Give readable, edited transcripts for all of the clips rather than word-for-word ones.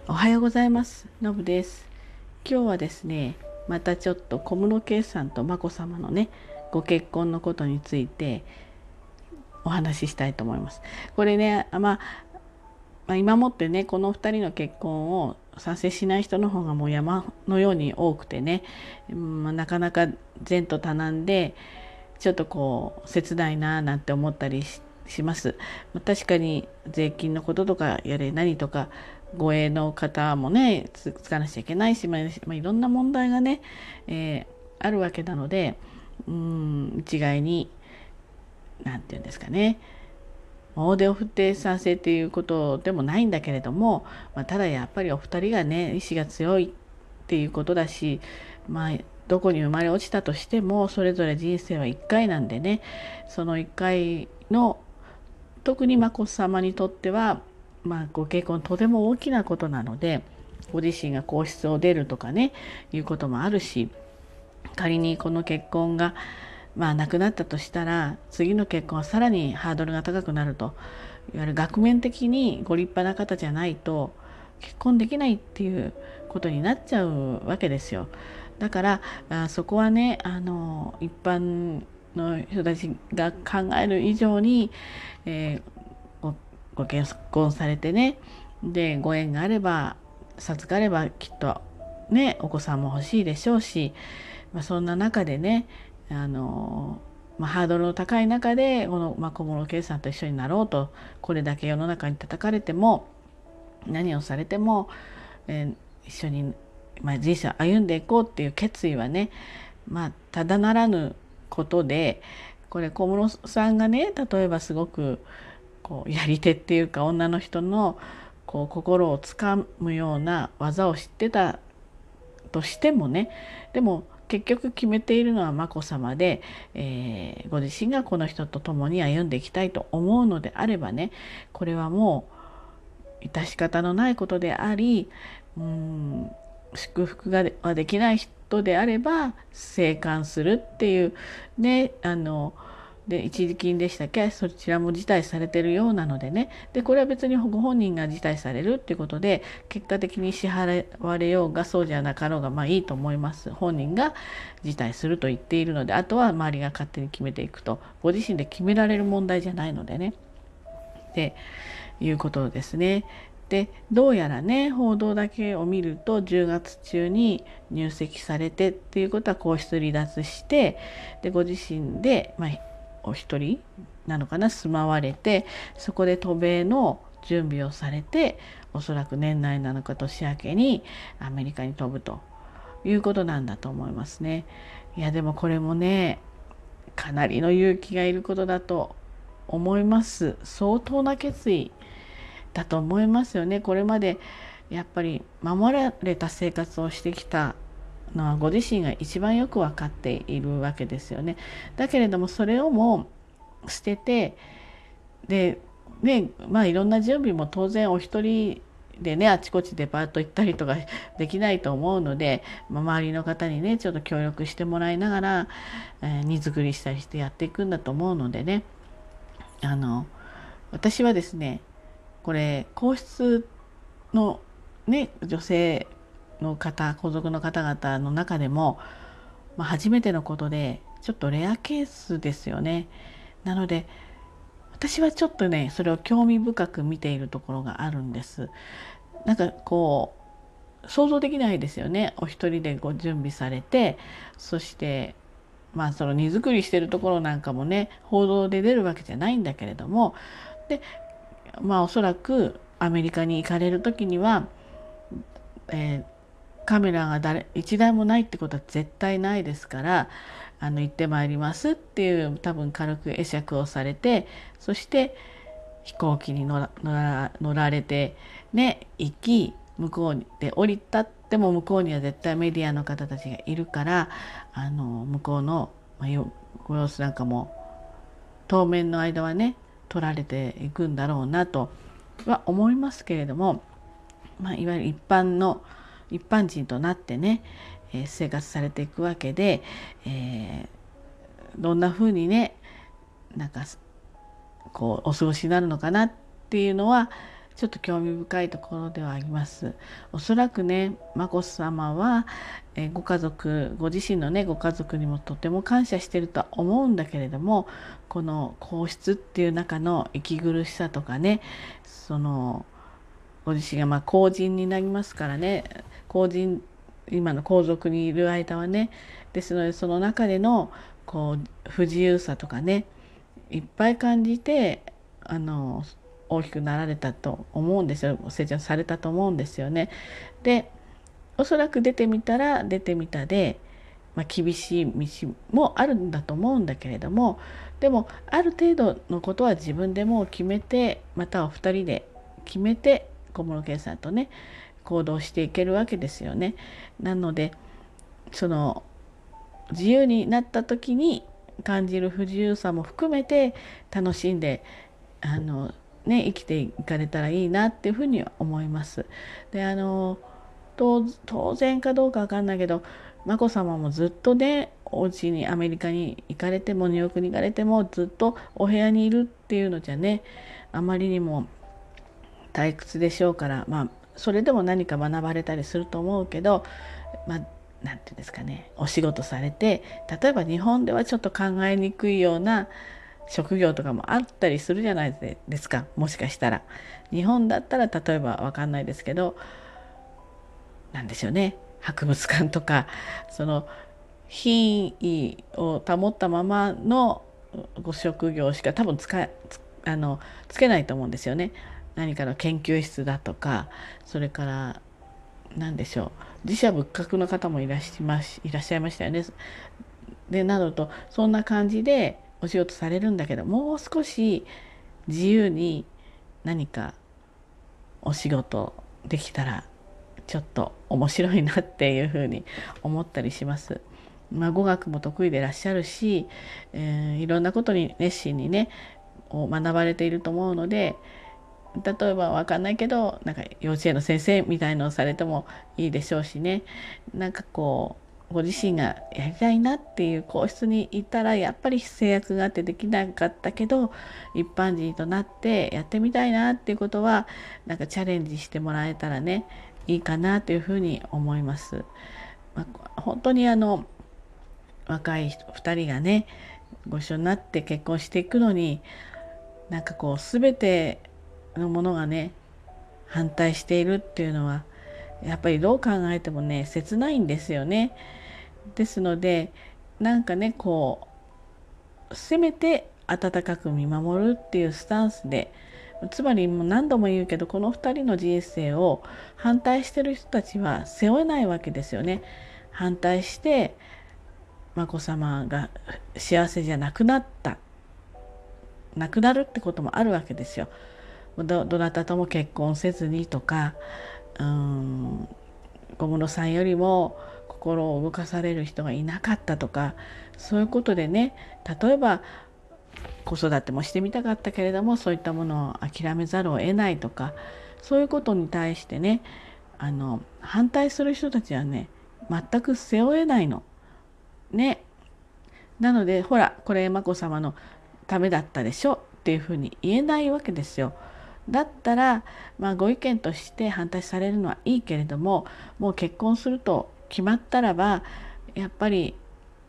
おはようございます。のぶです。今日はですね、またちょっと小室圭さんと眞子さまのね、ご結婚のことについてお話ししたいと思います。これね、今もってね、この2人の結婚を賛成しない人の方がもう山のように多くてね、なかなか前途多難で、ちょっとこう切ないななんて思ったりします。確かに税金のこととかやれ何とか護衛の方もねつかなきゃいけないし、いろんな問題がね、あるわけなので、一概に何て言うんですかね、大手を振って賛成っていうことでもないんだけれども、ただやっぱりお二人がね意志が強いっていうことだし、どこに生まれ落ちたとしてもそれぞれ人生は一回なんでね、その一回の特に眞子さまにとっては、ご結婚とても大きなことなので、ご自身が皇室を出るとかねいうこともあるし、仮にこの結婚がなくなったとしたら次の結婚はさらにハードルが高くなると、いわゆる学面的にご立派な方じゃないと結婚できないっていうことになっちゃうわけですよ。だからそこはね、一般の人たちが考える以上に、えーご結婚されてね、でご縁があれば授かればきっとねお子さんも欲しいでしょうし、そんな中でね、ハードルの高い中でこの、小室圭さんと一緒になろうと、これだけ世の中に叩かれても何をされても、一緒に、人生を歩んでいこうっていう決意はね、ただならぬことで、これ小室さんがね例えばすごくこうやり手っていうか女の人のこう心をつかむような技を知ってたとしてもね、でも結局決めているのは眞子さまで、ご自身がこの人と共に歩んでいきたいと思うのであればね、これはもう致し方のないことであり、祝福ができない人であれば静観するっていうね、で一時金でしたっけ、そちらも辞退されてるようなのでね、でこれは別にご本人が辞退されるっていうことで結果的に支払われようがそうじゃなかろうがいいと思います。本人が辞退すると言っているので、あとは周りが勝手に決めていくと、ご自身で決められる問題じゃないのでね、っていうことですね。でどうやらね報道だけを見ると10月中に入籍されてっていうことは皇室離脱して、でご自身で、お一人なのかな住まわれて、そこで渡米の準備をされて、おそらく年内なのか年明けにアメリカに飛ぶということなんだと思いますね。いやでもこれもねかなりの勇気がいることだと思います。相当な決意だと思いますよね。これまでやっぱり守られた生活をしてきたのはご自身が一番よく分かっているわけですよね。だけれどもそれをも捨てて、でね、いろんな準備も当然お一人でねあちこちデパート行ったりとかできないと思うので、周りの方にねちょっと協力してもらいながら、荷造りしたりしてやっていくんだと思うのでね、私はですね、これ皇室のね女性の方皇族の方々の中でも、初めてのことでちょっとレアケースですよね。なので私はちょっとねそれを興味深く見ているところがあるんです。なんかこう想像できないですよね。お一人でご準備されて、そしてその荷造りしてるところなんかもね報道で出るわけじゃないんだけれども、でおそらくアメリカに行かれる時には、カメラが一台もないってことは絶対ないですから、行ってまいりますっていう多分軽く会釈をされて、そして飛行機に乗られてね行き、向こうで降りたっても向こうには絶対メディアの方たちがいるから、向こうの、ご様子なんかも当面の間はね取られていくんだろうなとは思いますけれども、いわゆる一般人となってね、生活されていくわけで、どんな風にねなんかこうお過ごしになるのかなっていうのはちょっと興味深いところではあります。おそらくね、眞子さまは、ご家族、ご自身のねご家族にもとても感謝しているとは思うんだけれども、この皇室っていう中の息苦しさとかね、ご自身が皇人になりますからね、今の皇族にいる間はね、ですのでその中での不自由さとかね、いっぱい感じて大きくなられたと思うんですよ。成長されたと思うんですよね。で、おそらく出てみたら出てみたで、厳しい道もあるんだと思うんだけれども、でもある程度のことは自分でもう決めて、またお二人で決めて小室圭さんとね行動していけるわけですよね。なので自由になった時に感じる不自由さも含めて楽しんで生きていかれたらいいなっていうふうには思います。で当然かどうかわかんないけど、眞子さまもずっとねお家にアメリカに行かれてもニューヨークに行かれてもずっとお部屋にいるっていうのじゃね、あまりにも退屈でしょうから、それでも何か学ばれたりすると思うけど、なんていうんですかね、お仕事されて、例えば日本ではちょっと考えにくいような職業とかもあったりするじゃないですか。もしかしたら日本だったら例えば分かんないですけど、なんでしょうね、博物館とか品位を保ったままのご職業しか多分つけないと思うんですよね。何かの研究室だとか、それから何でしょう、自社仏閣の方もいらっしゃいましたよね。でなどとそんな感じでお仕事されるんだけど、もう少し自由に何かお仕事できたらちょっと面白いなっていうふうに思ったりします。語学も得意でいらっしゃるし、いろんなことに熱心にね学ばれていると思うので、例えば分かんないけどなんか幼稚園の先生みたいのをされてもいいでしょうしね、なんかご自身がやりたいなっていう皇室にいたらやっぱり制約があってできなかったけど、一般人となってやってみたいなっていうことはなんかチャレンジしてもらえたらねいいかなというふうに思います。本当に若い2人がねご一緒になって結婚していくのに、なんか全てのものがね反対しているっていうのはやっぱりどう考えてもね切ないんですよね。ですのでなんかねせめて温かく見守るっていうスタンスで、つまりもう何度も言うけどこの2人の人生を反対してる人たちは背負えないわけですよね。反対して眞子さまが幸せじゃなくなるってこともあるわけですよ。どなたとも結婚せずにとか、小室さんよりも心を動かされる人がいなかったとか、そういうことでね、例えば子育てもしてみたかったけれどもそういったものを諦めざるを得ないとか、そういうことに対してね反対する人たちはね全く背負えないのね。なのでほらこれ眞子さまのためだったでしょっていうふうに言えないわけですよ。だったら、ご意見として反対されるのはいいけれども、もう結婚すると決まったらばやっぱり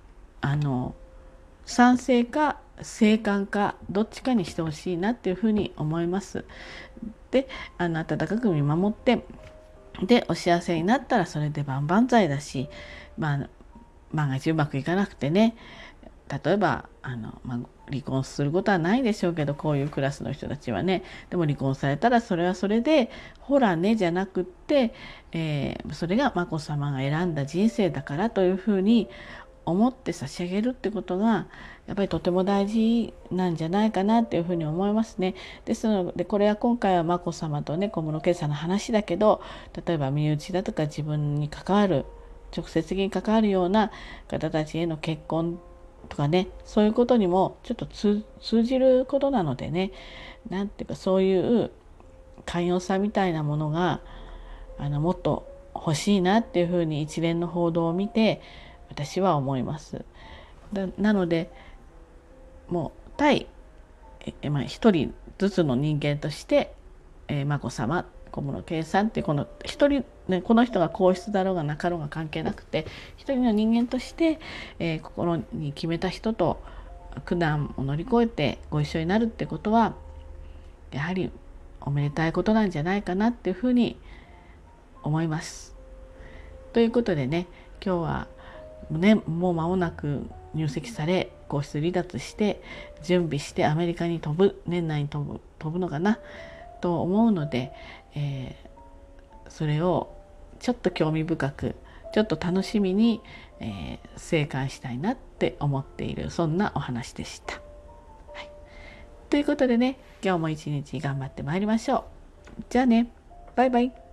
賛成か静観かどっちかにしてほしいなっていうふうに思います。で温かく見守って、でお幸せになったらそれで万々歳だし、万が一うまくいかなくてね、例えば離婚することはないでしょうけど、こういうクラスの人たちはね、でも離婚されたらそれはそれでほらねじゃなくって、それが眞子さまが選んだ人生だからというふうに思って差し上げるってことがやっぱりとても大事なんじゃないかなっていうふうに思いますね。ですのでこれは今回は眞子さまとね小室圭さんの話だけど、例えば身内だとか自分に関わる直接的に関わるような方たちへの結婚とかね、そういうことにもちょっと通じることなのでね、なんていうかそういう寛容さみたいなものがもっと欲しいなっていうふうに一連の報道を見て私は思います。なのでもう一人ずつの人間として眞子さま、小室圭さんってこの一人、ね、この人が皇室だろうがなかろうが関係なくて、一人の人間として、心に決めた人と苦難を乗り越えてご一緒になるってことはやはりおめでたいことなんじゃないかなっていうふうに思います。ということでね、今日はね、もう間もなく入籍され皇室離脱して準備してアメリカに年内に飛ぶのかなと思うので、それをちょっと興味深くちょっと楽しみに、静観したいなって思っている、そんなお話でした。はい、ということでね、今日も一日頑張ってまいりましょう。じゃあね、バイバイ。